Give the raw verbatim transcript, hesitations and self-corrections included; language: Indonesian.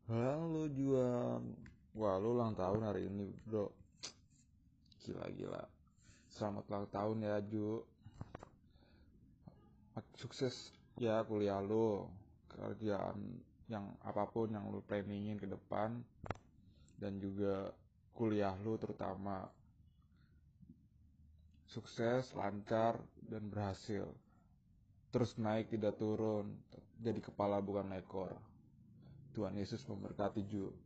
Halo Juan. Wah, lu ulang tahun hari ini, bro. Gila-gila. Selamat ulang tahun ya, Ju. Sukses ya kuliah lu, kerjaan yang apapun yang lu planningin ke depan, dan juga kuliah lu terutama. Sukses, lancar, dan berhasil. Terus naik tidak turun, jadi kepala bukan ekor. Tuhan Yesus memberkati, Ju.